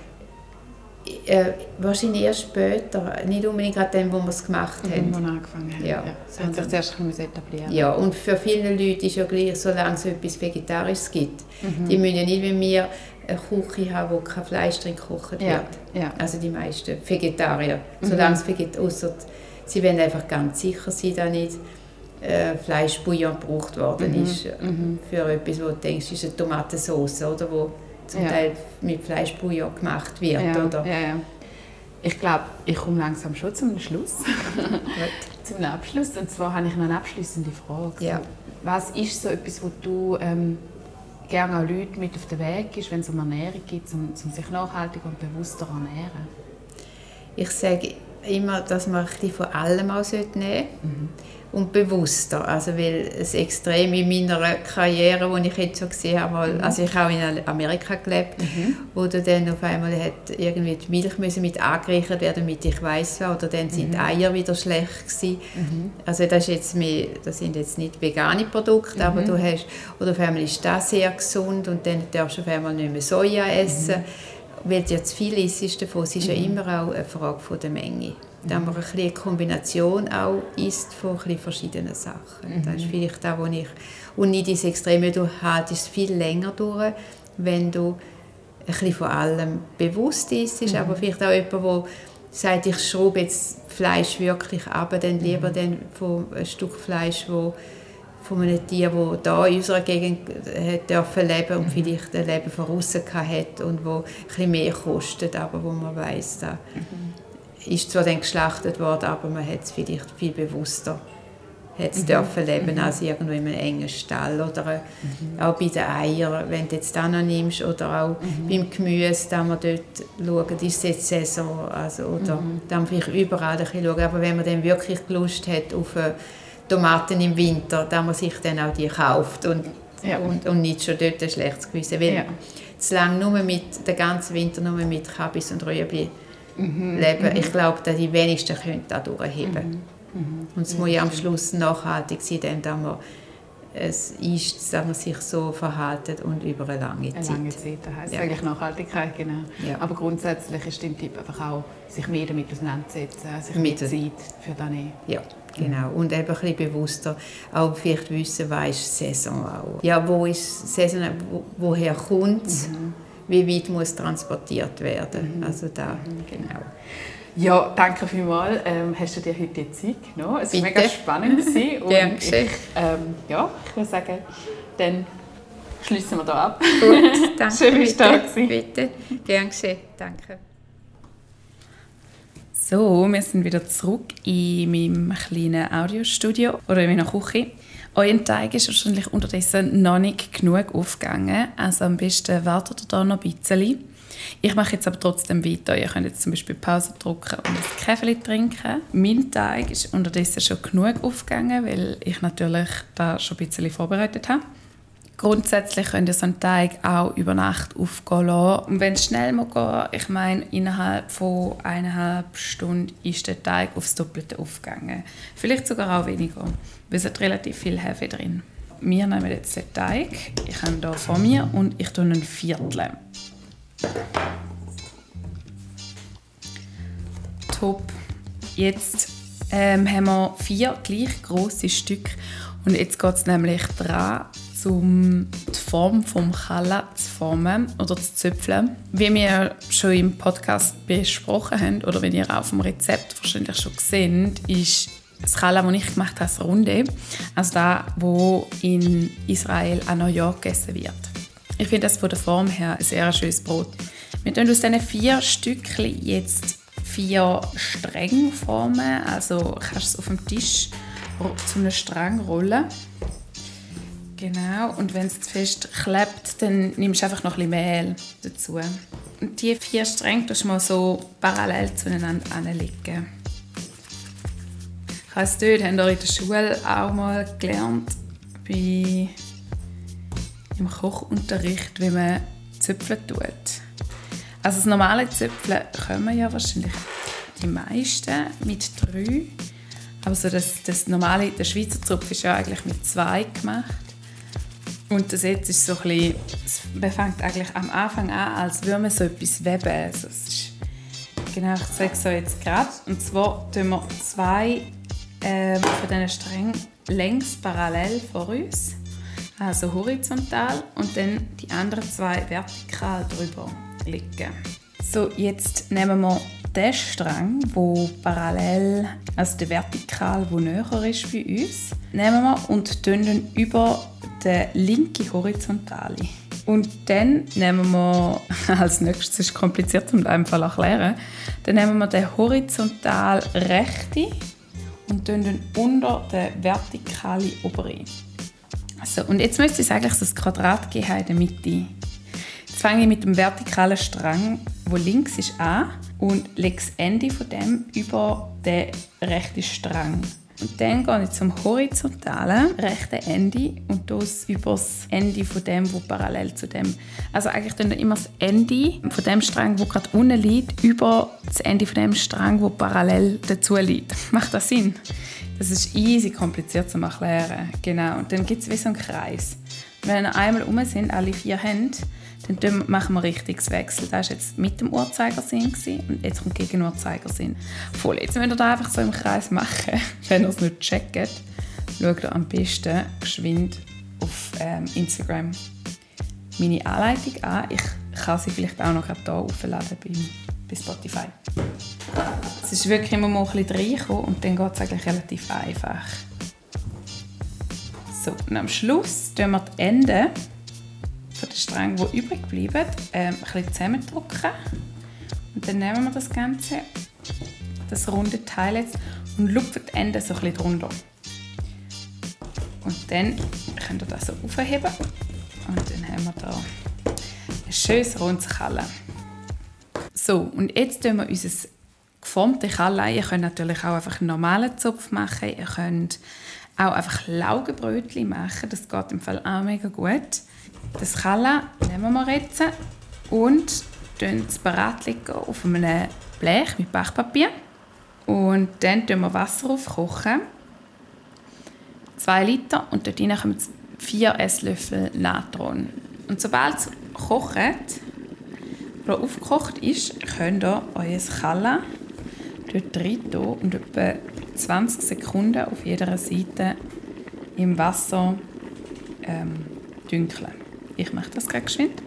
Wahrscheinlich erst später, nicht unbedingt gerade dann, wo wir es gemacht haben. Wo wir angefangen haben. Ja. Das hat sich zuerst ein bisschen etablieren. Ja, und für viele Leute ist ja gleich, solange es etwas Vegetarisches gibt. Die müssen ja nicht wie wir eine Küche haben, wo kein Fleisch drin gekocht wird. Ja. Also die meisten Vegetarier. Solange es ausser sie wollen einfach ganz sicher sein, dass nicht Fleischbouillon gebraucht worden ist für etwas, wo du denkst, ist eine Tomatensauce, oder wo zum Teil mit Fleischbouillon gemacht wird. Oder? Ja. Ich glaube, ich komme langsam schon zum Schluss. Zum Abschluss. Und zwar habe ich noch eine abschliessende Frage. Ja. Was ist so etwas, wo du gerne auch Leute mit auf den Weg gibst, wenn es um Ernährung geht, um sich nachhaltig und bewusster ernähren? Ich sage immer, dass man ein bisschen von allem auch nehmen sollte. Und bewusster, also weil es extrem in meiner Karriere, die ich jetzt so gesehen habe, also ich habe in Amerika gelebt, wo du dann auf einmal hat irgendwie die Milch mit angereichert werden, damit ich weiss war, oder dann sind die Eier wieder schlecht gewesen. Also das sind jetzt nicht vegane Produkte, aber du hast, oder auf einmal ist das sehr gesund und dann darfst du auf einmal nicht mehr Soja essen, weil dir zu viel ist davon. Es ist ja immer auch eine Frage von der Menge. Da man eine Kombination auch isst von verschiedenen Sachen. Das ist vielleicht das, was ich... Und nicht ins Extreme, du haltest viel länger durch, wenn du ein bisschen von allem bewusst isst. Aber vielleicht auch jemand, der sagt, ich schraube jetzt Fleisch wirklich ab, dann lieber dann von ein Stück Fleisch, von einem Tier, das hier in unserer Gegend dürfen leben und vielleicht ein Leben von außen hat und das ein bisschen mehr kostet, aber wo man weiss, da ist zwar dann geschlachtet worden, aber man hat es vielleicht viel bewusster dürfen leben als irgendwo in einem engen Stall. Oder auch bei den Eiern, wenn du jetzt das noch nimmst, oder auch beim Gemüse, da man dort schaut, ist es jetzt Saison, also, oder dann vielleicht überall ein bisschen schauen. Aber wenn man dann wirklich Lust hat auf Tomaten im Winter, dass man sich dann auch die kauft und nicht schon dort ein schlechtes Gewissen. Weil zu lange den ganzen Winter nur mit Kabis und Rüebli leben, ich glaube, dass die wenigsten können das durchheben. Und es muss ja am Schluss nachhaltig sein, denn dass man es ist, dass man sich so verhält und über eine lange Zeit. Eine lange Zeit, das heisst eigentlich Nachhaltigkeit, genau. Ja. Aber grundsätzlich ist dein Tipp einfach auch, sich mehr damit auseinanderzusetzen, sich mehr Zeit für das nehmen. Ja, genau. Und eben ein bisschen bewusster auch vielleicht wissen, was ist Saison auch. Ja, wo ist Saison, woher kommt es, wie weit muss transportiert werden. Also da, genau. Ja, danke vielmals. Hast du dir heute die Zeit genommen? Es war mega spannend. Und ich würde sagen, dann schließen wir hier ab. Gut, danke. Schön, dass du da warst. Bitte, gern geschehen. Danke. So, wir sind wieder zurück in meinem kleinen Audiostudio oder in meiner Küche. Euer Teig ist wahrscheinlich unterdessen noch nicht genug aufgegangen, also am besten wartet ihr da noch ein bisschen. Ich mache jetzt aber trotzdem weiter. Ihr könnt jetzt zum Beispiel Pause drücken und ein Kaffee trinken. Mein Teig ist unterdessen schon genug aufgegangen, weil ich natürlich da schon ein bisschen vorbereitet habe. Grundsätzlich könnt ihr so einen Teig auch über Nacht aufgehen lassen. Und wenn es schnell geht, ich meine, innerhalb von 1,5 Stunden ist der Teig aufs Doppelte aufgegangen. Vielleicht sogar auch weniger, weil es hat relativ viel Hefe drin. Wir nehmen jetzt den Teig. Ich habe ihn hier vor mir und ich tue ihn vierteln. Top. Jetzt haben wir 4 gleich grosse Stücke und jetzt geht es nämlich daran, um die Form des Challah zu formen oder zu zöpfeln. Wie wir schon im Podcast besprochen haben oder wenn ihr auf dem Rezept wahrscheinlich schon gesehen ist das Challah, das ich gemacht habe, das Runde, also das, das in Israel an New York gegessen wird. Ich finde das von der Form her ein sehr schönes Brot. Wir tun aus diesen 4 Stückchen jetzt 4 Stränge formen. Also kannst du es auf dem Tisch zu einem Strang rollen. Genau, und wenn es zu fest klebt, dann nimmst du einfach noch ein bisschen Mehl dazu. Und die 4 Stränge tust du mal so parallel zueinander anlegen. Ich weiss nicht, haben wir in der Schule auch mal gelernt, im Kochunterricht, wie man Zöpfeln tut. Also das normale Zöpfeln können ja wahrscheinlich die meisten mit 3. Aber so das normale, der Schweizer Zopf ist ja eigentlich mit 2 gemacht. Und das jetzt ist so ein bisschen, man fängt eigentlich am Anfang an, als würde man so etwas weben. Also es ist, genau, ich sage es so jetzt gerade. Und zwar tun wir 2 von diesen Strängen längs parallel vor uns, also horizontal, und dann die anderen 2 vertikal drüber legen. So, jetzt nehmen wir den Strang, der parallel, also der vertikal, der näher ist bei uns, nehmen wir und tun ihn über den linken Horizontale. Und dann nehmen wir, als nächstes, das ist kompliziert, um das einfach zu erklären, dann nehmen wir den horizontal rechten und tun ihn unter den vertikalen oberen. Also, und jetzt müsste es eigentlich so ein Quadrat geben in der Mitte. Jetzt fange ich mit dem vertikalen Strang, der links ist, an und lege das Ende von dem über den rechten Strang. Und dann gehe ich zum horizontalen rechten Ende und das über das Ende von dem, wo parallel zu dem. Also eigentlich dann immer das Ende von dem Strang, wo gerade unten liegt, über das Ende von dem Strang, wo parallel dazu liegt. Macht das Sinn? Das ist easy kompliziert zu erklären. Genau. Und dann gibt es wie so einen Kreis. Und wenn wir einmal rum sind, alle 4 Hände, dann machen wir Richtungswechsel. Das war jetzt mit dem Uhrzeigersinn und jetzt kommt gegen den Uhrzeigersinn. Voll, jetzt müsst ihr das einfach so im Kreis machen. Wenn ihr es nicht checkt, schaut ihr am besten geschwind auf Instagram meine Anleitung an. Ich kann sie vielleicht auch noch hier aufladen bei Spotify. Es ist wirklich immer mal ein bisschen reinkommen und dann geht es eigentlich relativ einfach. So, und am Schluss tun wir die Enden von den Strängen, die übrig bleiben, ein bisschen zusammendrücken. Und dann nehmen wir das Ganze, das runde Teil jetzt, und lupfen die Enden so ein bisschen drunter. Und dann könnt ihr das so aufheben. Und dann haben wir hier ein schönes rundes Kallen. So, und jetzt tun wir unser geformte Kallen. Ihr könnt natürlich auch einfach einen normalen Zopf machen. Ihr könnt auch einfach Laugenbrötchen machen. Das geht im Fall auch mega gut. Das Kallen nehmen wir jetzt und legen es bereit liegen auf einem Blech mit Backpapier. Und dann tun wir Wasser aufkochen. 2 Liter, und dort rein kommen 4 Esslöffel Natron. Und sobald es kocht oder aufgekocht ist, könnt ihr euer Kallen dort rein tun und etwa 20 Sekunden auf jeder Seite im Wasser dünkeln. Ich mache das gerade geschwind.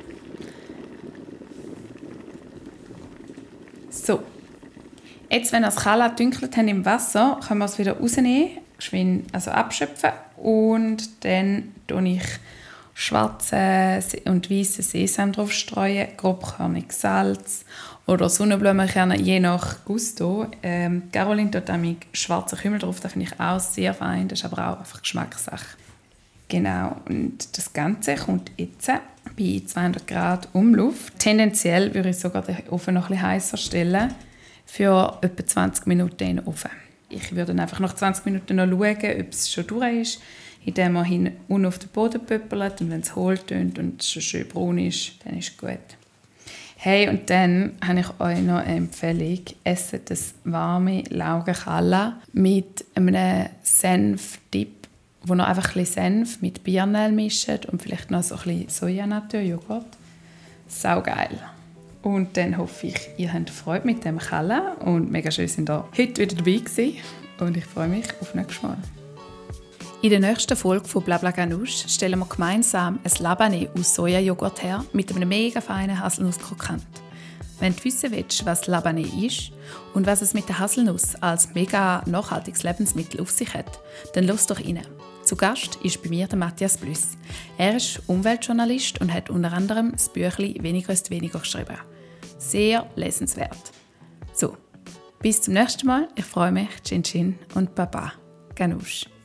So. Jetzt, wenn wir das Kallen gedünkelt haben im Wasser, können wir es wieder rausnehmen, geschwind, also abschöpfen, und dann tue ich schwarzen und weißen Sesam drauf streuen, grobkörnig Salz oder Sonnenblumenkerne, je nach Gusto. Caroline tut damit schwarzen Kümmel drauf, das finde ich auch sehr fein, das ist aber auch einfach Geschmackssache. Genau, und das Ganze kommt jetzt bei 200 Grad Umluft. Tendenziell würde ich sogar den Ofen noch ein bisschen heißer stellen, für etwa 20 Minuten in den Ofen. Ich würde dann einfach nach 20 Minuten noch schauen, ob es schon durch ist, indem man unten auf den Boden pöppelt, und wenn es hohl tönt und es schon schön braun ist, dann ist es gut. Hey, und dann habe ich euch noch eine Empfehlung. Esset das warme Laugenkallen mit einem Senfdip, wo ihr einfach ein bisschen Senf mit Birnen mischt und vielleicht noch so ein bisschen Sojanatur-Joghurt. Saugeil. Und dann hoffe ich, ihr habt Freude mit dem Kallen und mega schön, sind ihr heute wieder dabei gewesen. Und ich freue mich auf nächstes Mal. In der nächsten Folge von Blabla Ganoush stellen wir gemeinsam ein Labane aus Sojajoghurt her mit einem mega feinen Haselnusskrokant. Wenn du wissen willst, was Labane ist und was es mit der Haselnuss als mega nachhaltiges Lebensmittel auf sich hat, dann lass doch rein. Zu Gast ist bei mir der Matthias Blüss. Er ist Umweltjournalist und hat unter anderem das Büchlein «Weniger ist weniger» geschrieben. Sehr lesenswert. So, bis zum nächsten Mal. Ich freue mich. Chin Chin und Baba Ganoush.